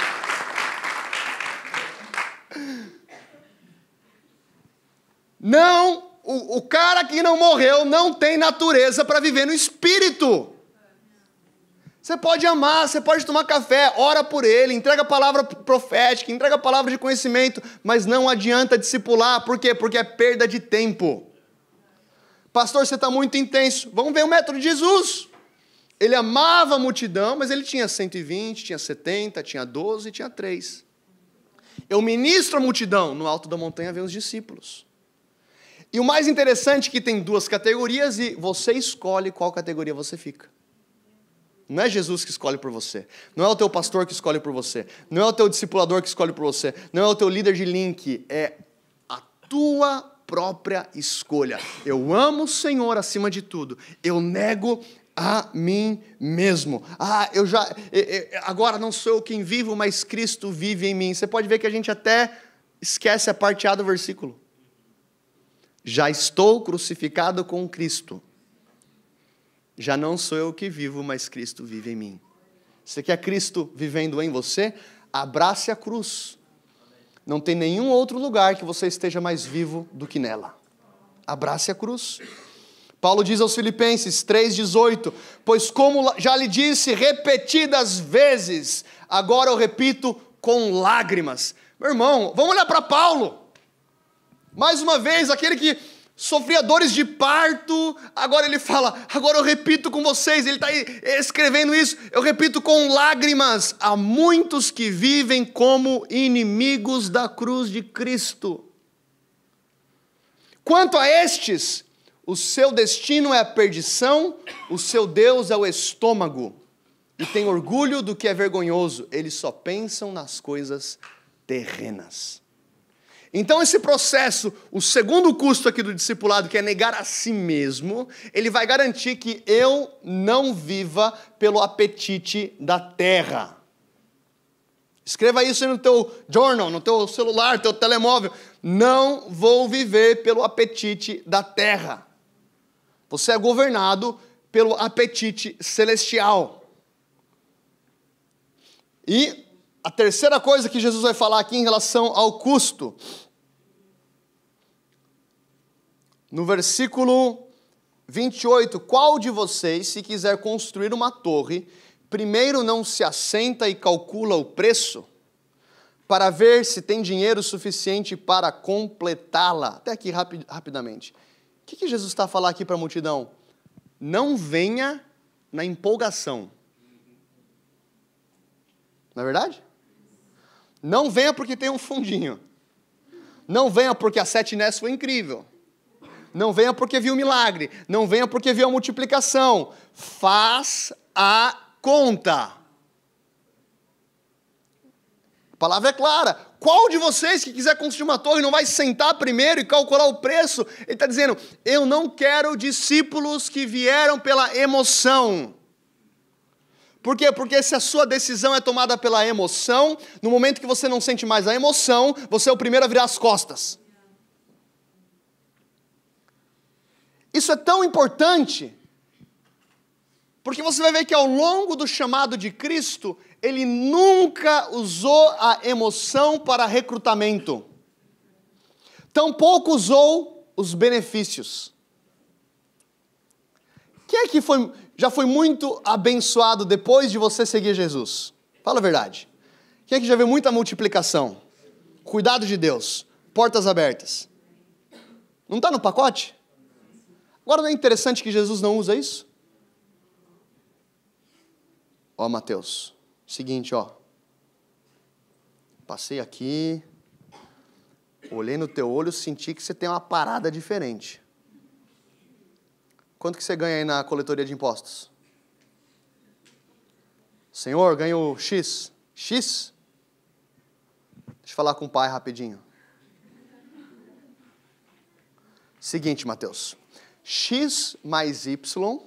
S2: Não, o, o cara que não morreu não tem natureza para viver no Espírito. Você pode amar, você pode tomar café, ora por ele, entrega a palavra profética, entrega a palavra de conhecimento, mas não adianta discipular. Por quê? Porque é perda de tempo. Pastor, você está muito intenso. Vamos ver o método de Jesus. Ele amava a multidão, mas ele tinha cento e vinte, tinha setenta, tinha doze, tinha três. Eu ministro a multidão, no alto da montanha vem os discípulos. E o mais interessante é que tem duas categorias e você escolhe qual categoria você fica. Não é Jesus que escolhe por você. Não é o teu pastor que escolhe por você. Não é o teu discipulador que escolhe por você. Não é o teu líder de link. É a tua própria escolha. Eu amo o Senhor acima de tudo. Eu nego a mim mesmo. Ah, eu já... Agora não sou eu quem vivo, mas Cristo vive em mim. Você pode ver que a gente até esquece a parte A do versículo. Já estou crucificado com Cristo. Já não sou eu que vivo, mas Cristo vive em mim. Você quer Cristo vivendo em você? Abrace a cruz. Não tem nenhum outro lugar que você esteja mais vivo do que nela. Abrace a cruz. Paulo diz aos Filipenses três, dezoito, pois como já lhe disse repetidas vezes, agora eu repito com lágrimas. Meu irmão, vamos olhar para Paulo. Mais uma vez, aquele que sofria dores de parto, agora ele fala, agora eu repito com vocês, ele está escrevendo isso, eu repito com lágrimas, há muitos que vivem como inimigos da cruz de Cristo. Quanto a estes, o seu destino é a perdição, o seu Deus é o estômago, e tem orgulho do que é vergonhoso, eles só pensam nas coisas terrenas. Então esse processo, o segundo custo aqui do discipulado, que é negar a si mesmo, ele vai garantir que eu não viva pelo apetite da terra. Escreva isso aí no teu journal, no teu celular, no teu telemóvel. Não vou viver pelo apetite da terra. Você é governado pelo apetite celestial. E a terceira coisa que Jesus vai falar aqui em relação ao custo, no versículo vinte e oito, qual de vocês, se quiser construir uma torre, primeiro não se assenta e calcula o preço, para ver se tem dinheiro suficiente para completá-la? Até aqui rapid, rapidamente. O que, que Jesus está a falar aqui para a multidão? Não venha na empolgação. Não é verdade? Não venha porque tem um fundinho. Não venha porque a Sete Nés foi incrível. Não venha porque viu o milagre. Não venha porque viu a multiplicação. Faz a conta. A palavra é clara. Qual de vocês que quiser construir uma torre não vai sentar primeiro e calcular o preço? Ele está dizendo, eu não quero discípulos que vieram pela emoção. Por quê? Porque se a sua decisão é tomada pela emoção, no momento que você não sente mais a emoção, você é o primeiro a virar as costas. Isso é tão importante, porque você vai ver que ao longo do chamado de Cristo, ele nunca usou a emoção para recrutamento. Tampouco usou os benefícios. Quem é que foi, já foi muito abençoado depois de você seguir Jesus? Fala a verdade. Quem é que já viu muita multiplicação? Cuidado de Deus. Portas abertas. Não está no pacote? Agora não é interessante que Jesus não usa isso? Ó, Mateus. Seguinte, ó. Passei aqui. Olhei no teu olho, senti que você tem uma parada diferente. Quanto que você ganha aí na coletoria de impostos? Senhor, ganho X. X? Deixa eu falar com o pai rapidinho. Seguinte, Mateus. X mais Y,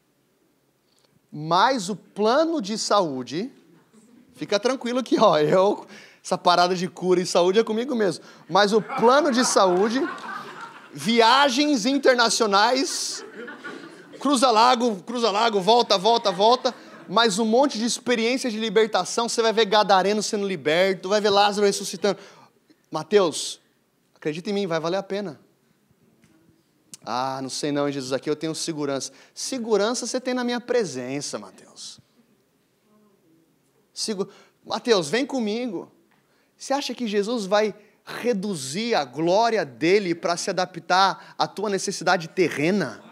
S2: mais o plano de saúde. Fica tranquilo aqui, ó. Eu, essa parada de cura e saúde é comigo mesmo. Mas o plano de saúde, viagens internacionais, cruza-lago, cruza-lago, volta, volta, volta, mais um monte de experiência de libertação. Você vai ver Gadareno sendo liberto, vai ver Lázaro ressuscitando. Mateus, acredita em mim, vai valer a pena. Ah, não sei não, Jesus, aqui eu tenho segurança. Segurança você tem na minha presença, Mateus. Sigo... Mateus, vem comigo. Você acha que Jesus vai reduzir a glória dele para se adaptar à tua necessidade terrena?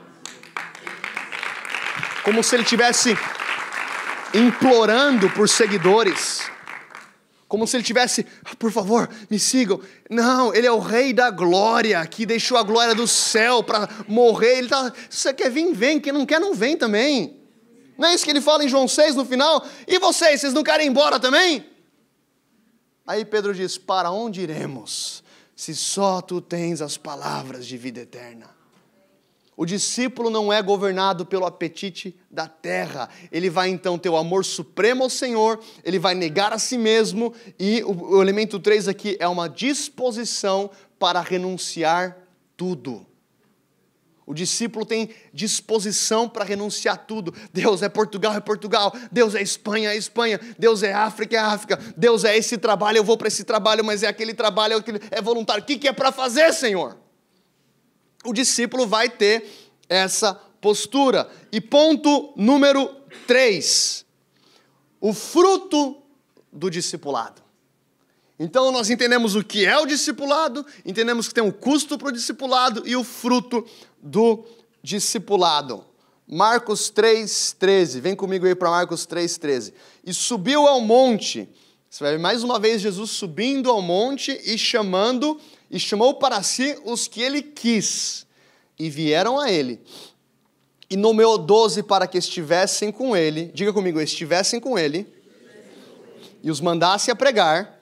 S2: Como se ele estivesse implorando por seguidores. Como se ele tivesse, por favor, me sigam. Não, ele é o rei da glória, que deixou a glória do céu para morrer. Ele tá, se você quer vir, vem. Quem não quer, não vem também. Não é isso que ele fala em João seis no final? E vocês, vocês não querem ir embora também? Aí Pedro diz, para onde iremos, se só tu tens as palavras de vida eterna? O discípulo não é governado pelo apetite da terra. Ele vai então ter o amor supremo ao Senhor, ele vai negar a si mesmo, e o, o elemento três aqui é uma disposição para renunciar tudo. O discípulo tem disposição para renunciar tudo. Deus é Portugal, é Portugal. Deus é Espanha, é Espanha. Deus é África, é África. Deus é esse trabalho, eu vou para esse trabalho, mas é aquele trabalho, é, aquele, é voluntário. O que, que é para fazer, Senhor? O discípulo vai ter essa postura. E ponto número três. O fruto do discipulado. Então nós entendemos o que é o discipulado, entendemos que tem um custo para o discipulado e o fruto do discipulado. Marcos três, treze, vem comigo aí para Marcos três, treze. E subiu ao monte, você vai ver mais uma vez Jesus subindo ao monte e chamando, e chamou para si os que ele quis, e vieram a ele. E nomeou doze para que estivessem com ele, diga comigo, estivessem com ele, e os mandasse a pregar,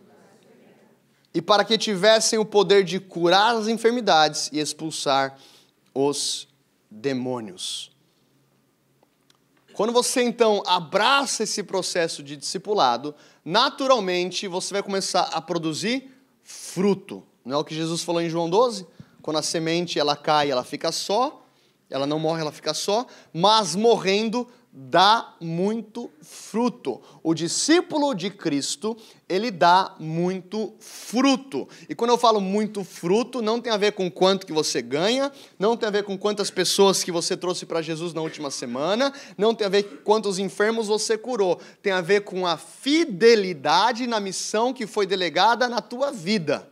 S2: e para que tivessem o poder de curar as enfermidades e expulsar os demônios. Quando você então abraça esse processo de discipulado, naturalmente você vai começar a produzir fruto. Não é o que Jesus falou em João doze? Quando a semente ela cai, ela fica só, ela não morre, ela fica só, mas morrendo dá muito fruto. O discípulo de Cristo, ele dá muito fruto. E quando eu falo muito fruto, não tem a ver com quanto que você ganha, não tem a ver com quantas pessoas que você trouxe para Jesus na última semana, não tem a ver com quantos enfermos você curou, tem a ver com a fidelidade na missão que foi delegada na tua vida.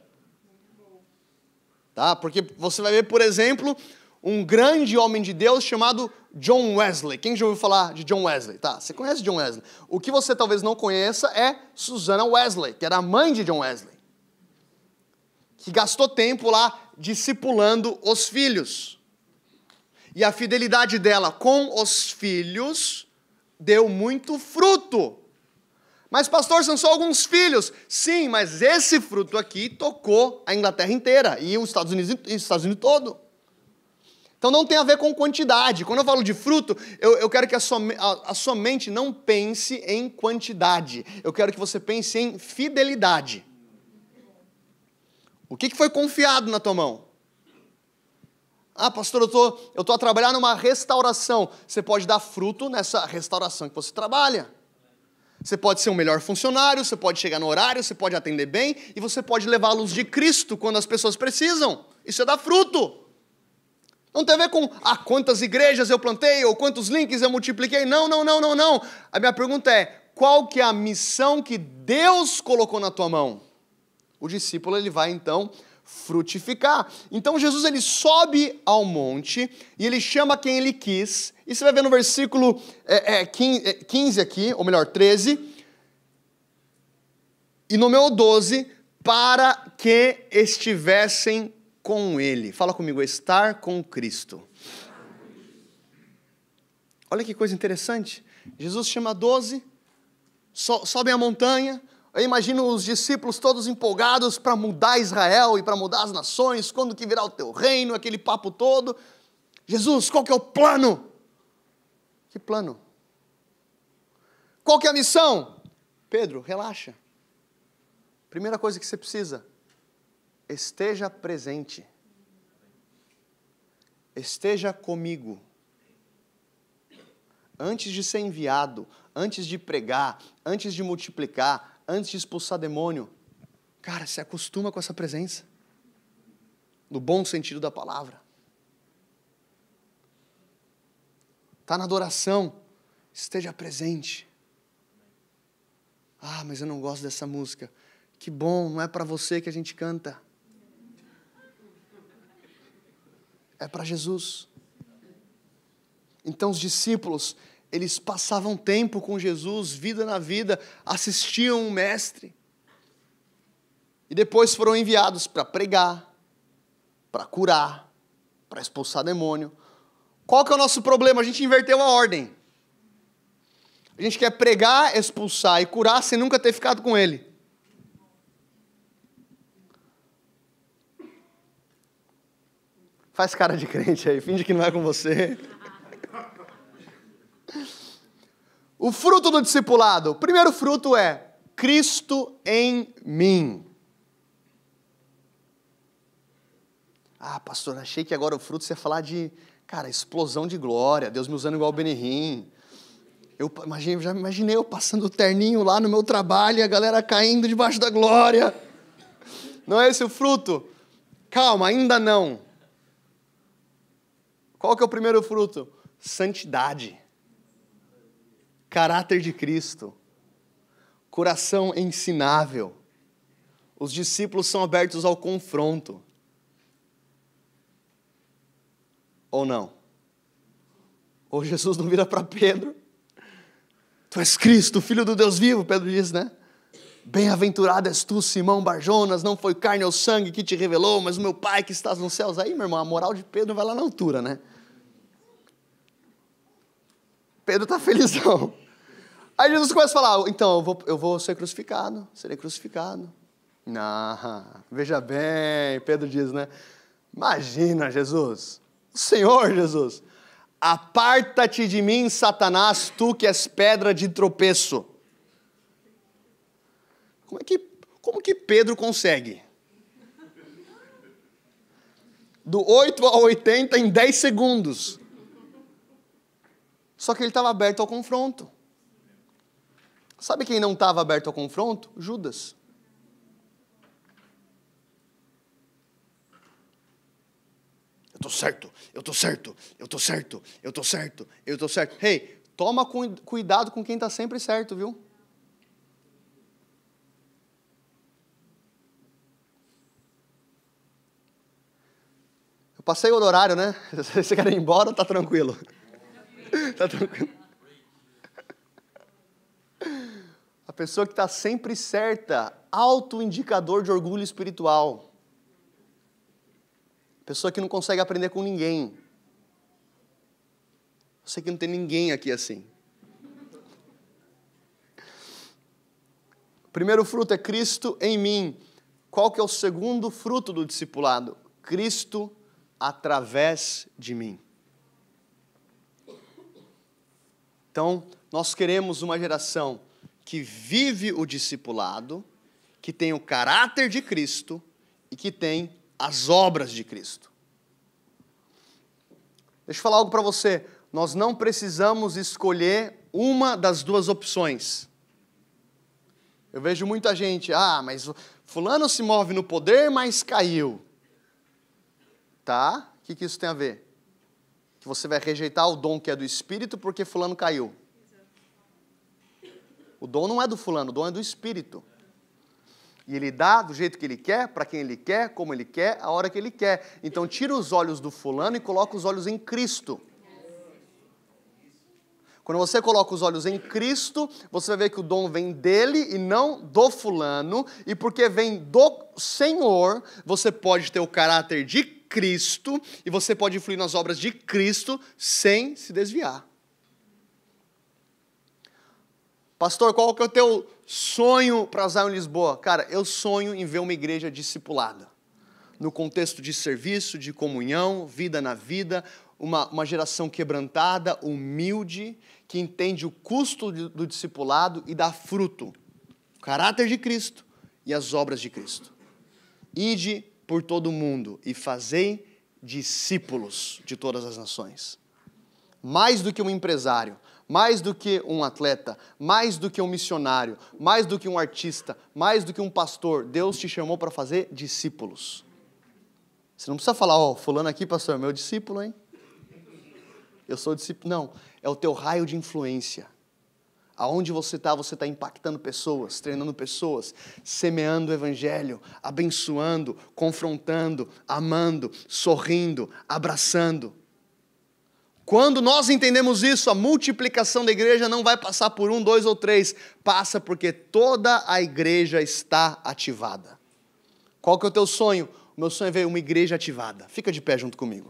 S2: Tá? Porque você vai ver, por exemplo, um grande homem de Deus chamado John Wesley. Quem já ouviu falar de John Wesley? Tá, você conhece John Wesley. O que você talvez não conheça é Susanna Wesley, que era a mãe de John Wesley, que gastou tempo lá discipulando os filhos. E a fidelidade dela com os filhos deu muito fruto. Mas pastor, são só alguns filhos. Sim, mas esse fruto aqui tocou a Inglaterra inteira e os Estados Unidos, e os Estados Unidos todo. Então não tem a ver com quantidade. Quando eu falo de fruto, eu, eu quero que a sua, a, a sua mente não pense em quantidade. Eu quero que você pense em fidelidade. O que, que foi confiado na tua mão? Ah, pastor, eu tô, eu tô a trabalhar numa restauração. Você pode dar fruto nessa restauração que você trabalha. Você pode ser um melhor funcionário, você pode chegar no horário, você pode atender bem, e você pode levar a luz de Cristo quando as pessoas precisam. Isso é dar fruto. Não tem a ver com ah, quantas igrejas eu plantei, ou quantos links eu multipliquei. Não, não, não, não, não. A minha pergunta é, qual que é a missão que Deus colocou na tua mão? O discípulo, ele vai então frutificar. Então Jesus, ele sobe ao monte, e ele chama quem ele quis. E você vai ver no versículo é, é, quinze aqui, ou melhor, treze. E nomeou doze para que estivessem com ele. Fala comigo, estar com Cristo. Olha que coisa interessante. Jesus chama doze, so, sobem a montanha. Eu imagino os discípulos todos empolgados para mudar Israel e para mudar as nações. Quando que virá o teu reino, aquele papo todo. Jesus, qual que é o plano? Que plano? Qual que é a missão? Pedro, relaxa. Primeira coisa que você precisa, esteja presente. Esteja comigo. Antes de ser enviado, antes de pregar, antes de multiplicar, antes de expulsar demônio, cara, se acostuma com essa presença. No bom sentido da palavra. Está na adoração, esteja presente. Ah, mas eu não gosto dessa música. Que bom, não é para você que a gente canta. É para Jesus. Então os discípulos, eles passavam tempo com Jesus, vida na vida, assistiam o mestre. E depois foram enviados para pregar, para curar, para expulsar demônio. Qual que é o nosso problema? A gente inverteu a ordem. A gente quer pregar, expulsar e curar sem nunca ter ficado com ele. Faz cara de crente aí, finge que não é com você. O fruto do discipulado. O primeiro fruto é Cristo em mim. Ah, pastor, achei que agora o fruto você ia falar de, cara, explosão de glória, Deus me usando igual o Benihim. Eu imaginei, já imaginei eu passando o terninho lá no meu trabalho e a galera caindo debaixo da glória. Não é esse o fruto? Calma, ainda não. Qual que é o primeiro fruto? Santidade. Caráter de Cristo. Coração ensinável. Os discípulos são abertos ao confronto. Ou não? Ou Jesus não vira para Pedro? Tu és Cristo, Filho do Deus vivo, Pedro diz, né? Bem-aventurado és tu, Simão Barjonas, não foi carne ou sangue que te revelou, mas o meu Pai que estás nos céus. Aí, meu irmão, a moral de Pedro vai lá na altura, né? Pedro está felizão. Aí Jesus começa a falar, então, eu vou, eu vou ser crucificado, serei crucificado. Não, veja bem, Pedro diz, né? Imagina, Jesus, o Senhor Jesus, aparta-te de mim, Satanás, tu que és pedra de tropeço. Como é que, como que Pedro consegue? Do oito a oitenta em dez segundos. Só que ele estava aberto ao confronto. Sabe quem não estava aberto ao confronto? Judas. Eu estou certo, eu estou certo, eu estou certo, eu estou certo, eu estou certo. Hey, toma cu- cuidado com quem está sempre certo, viu? Eu passei o horário, né? Se você quer ir embora, tá tranquilo. Tá tranquilo. A pessoa que está sempre certa, auto-indicador de orgulho espiritual. Pessoa que não consegue aprender com ninguém. Eu sei que não tem ninguém aqui assim. O primeiro fruto é Cristo em mim. Qual que é o segundo fruto do discipulado? Cristo através de mim. Então, nós queremos uma geração que vive o discipulado, que tem o caráter de Cristo e que tem as obras de Cristo. Deixa eu falar algo para você. Nós não precisamos escolher uma das duas opções. Eu vejo muita gente, ah, mas fulano se move no poder, mas caiu. Tá? O que, que isso tem a ver? Que você vai rejeitar o dom que é do Espírito porque fulano caiu. O dom não é do fulano, o dom é do Espírito. E ele dá do jeito que ele quer, para quem ele quer, como ele quer, a hora que ele quer. Então tira os olhos do fulano e coloca os olhos em Cristo. Quando você coloca os olhos em Cristo, você vai ver que o dom vem dele e não do fulano. E porque vem do Senhor, você pode ter o caráter de Cristo e você pode fluir nas obras de Cristo sem se desviar. Pastor, qual que é o teu sonho para Zion Lisboa? Cara, eu sonho em ver uma igreja discipulada. No contexto de serviço, de comunhão, vida na vida, uma, uma geração quebrantada, humilde, que entende o custo do, do discipulado e dá fruto. O caráter de Cristo e as obras de Cristo. Ide por todo o mundo e fazei discípulos de todas as nações. Mais do que um empresário, mais do que um atleta, mais do que um missionário, mais do que um artista, mais do que um pastor, Deus te chamou para fazer discípulos. Você não precisa falar, ó, oh, fulano aqui, pastor, é meu discípulo, hein? Eu sou discípulo. Não, é o teu raio de influência. Aonde você está, você está impactando pessoas, treinando pessoas, semeando o evangelho, abençoando, confrontando, amando, sorrindo, abraçando. Quando nós entendemos isso, a multiplicação da igreja não vai passar por um, dois ou três, passa porque toda a igreja está ativada. Qual que é o teu sonho? O meu sonho é ver uma igreja ativada. Fica de pé junto comigo.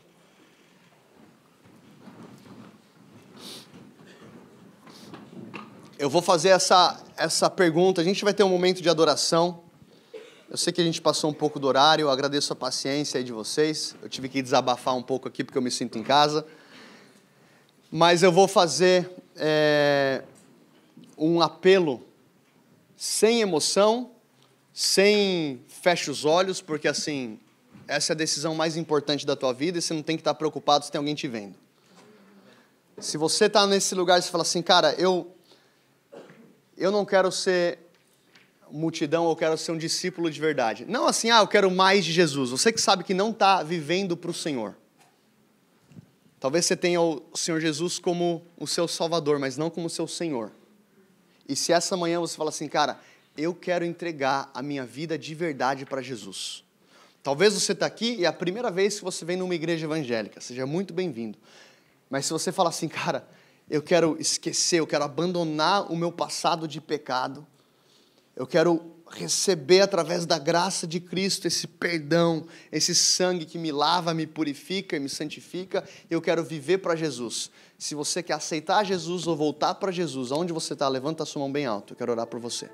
S2: Eu vou fazer essa, essa pergunta, a gente vai ter um momento de adoração. Eu sei que a gente passou um pouco do horário, eu agradeço a paciência aí de vocês. Eu tive que desabafar um pouco aqui porque eu me sinto em casa. Mas eu vou fazer é, um apelo sem emoção, sem fecha os olhos, porque assim, essa é a decisão mais importante da tua vida e você não tem que estar preocupado se tem alguém te vendo. Se você está nesse lugar e você fala assim, cara, eu, eu não quero ser multidão, eu quero ser um discípulo de verdade. Não assim, ah, eu quero mais de Jesus. Você que sabe que não está vivendo para o Senhor. Talvez você tenha o Senhor Jesus como o seu Salvador, mas não como o seu Senhor. E se essa manhã você fala assim, cara, eu quero entregar a minha vida de verdade para Jesus. Talvez você está aqui e é a primeira vez que você vem numa igreja evangélica, seja muito bem-vindo. Mas se você fala assim, cara, eu quero esquecer, eu quero abandonar o meu passado de pecado, eu quero receber através da graça de Cristo esse perdão, esse sangue que me lava, me purifica e me santifica, eu quero viver para Jesus. Se você quer aceitar Jesus ou voltar para Jesus, aonde você está, levanta a sua mão bem alto, eu quero orar por você.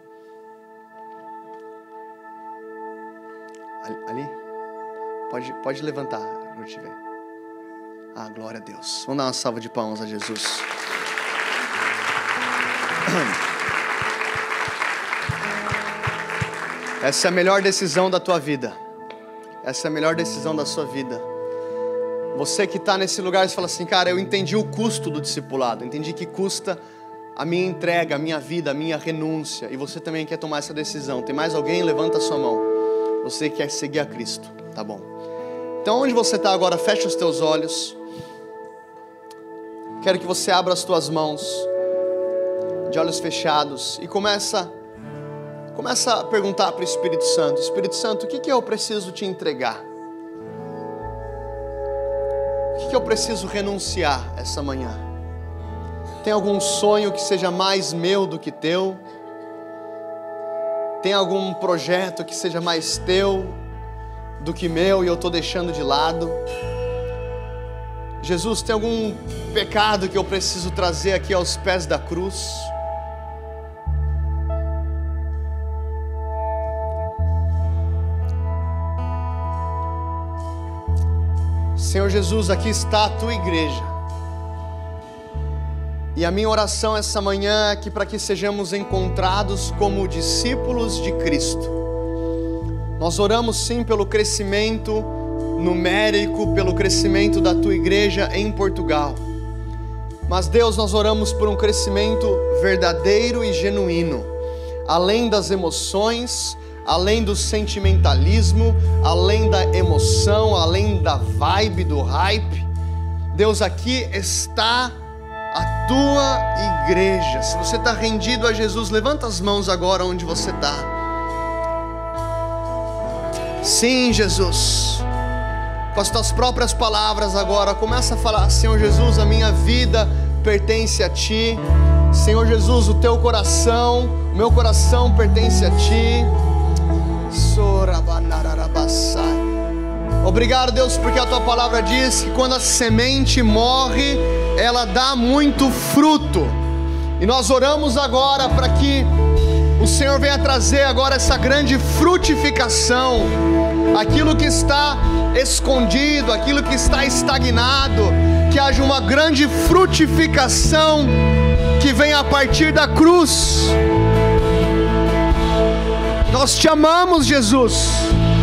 S2: Ali? Pode, pode levantar, não tiver. Ah, glória a Deus. Vamos dar uma salva de palmas a Jesus. Essa é a melhor decisão da tua vida. Essa é a melhor decisão da sua vida. Você que está nesse lugar, você fala assim, cara, eu entendi o custo do discipulado. Entendi que custa a minha entrega, a minha vida, a minha renúncia. E você também quer tomar essa decisão. Tem mais alguém? Levanta a sua mão. Você quer seguir a Cristo. Tá bom. Então, onde você está agora, fecha os teus olhos. Quero que você abra as tuas mãos, de olhos fechados, e começa, começa a perguntar para o Espírito Santo, Espírito Santo, o que, que eu preciso te entregar? O que, que eu preciso renunciar essa manhã? Tem algum sonho que seja mais meu do que teu? Tem algum projeto que seja mais teu do que meu e eu estou deixando de lado? Jesus, tem algum pecado que eu preciso trazer aqui aos pés da cruz? Senhor Jesus, aqui está a tua igreja. E a minha oração essa manhã é que para que sejamos encontrados como discípulos de Cristo. Nós oramos sim pelo crescimento numérico, pelo crescimento da tua igreja em Portugal. Mas Deus, nós oramos por um crescimento verdadeiro e genuíno, além das emoções, além do sentimentalismo, além da emoção, além da vibe, do hype. Deus, aqui está a tua igreja. Se você está rendido a Jesus, levanta as mãos agora onde você está. Sim, Jesus. Com as tuas próprias palavras agora, começa a falar, Senhor Jesus, a minha vida pertence a Ti. Senhor Jesus, o Teu coração, o meu coração pertence a Ti. Obrigado, Deus, porque a Tua palavra diz que quando a semente morre, ela dá muito fruto. E nós oramos agora para que o Senhor venha trazer agora essa grande frutificação. Aquilo que está escondido, aquilo que está estagnado, que haja uma grande frutificação que venha a partir da cruz. Nós te amamos, Jesus.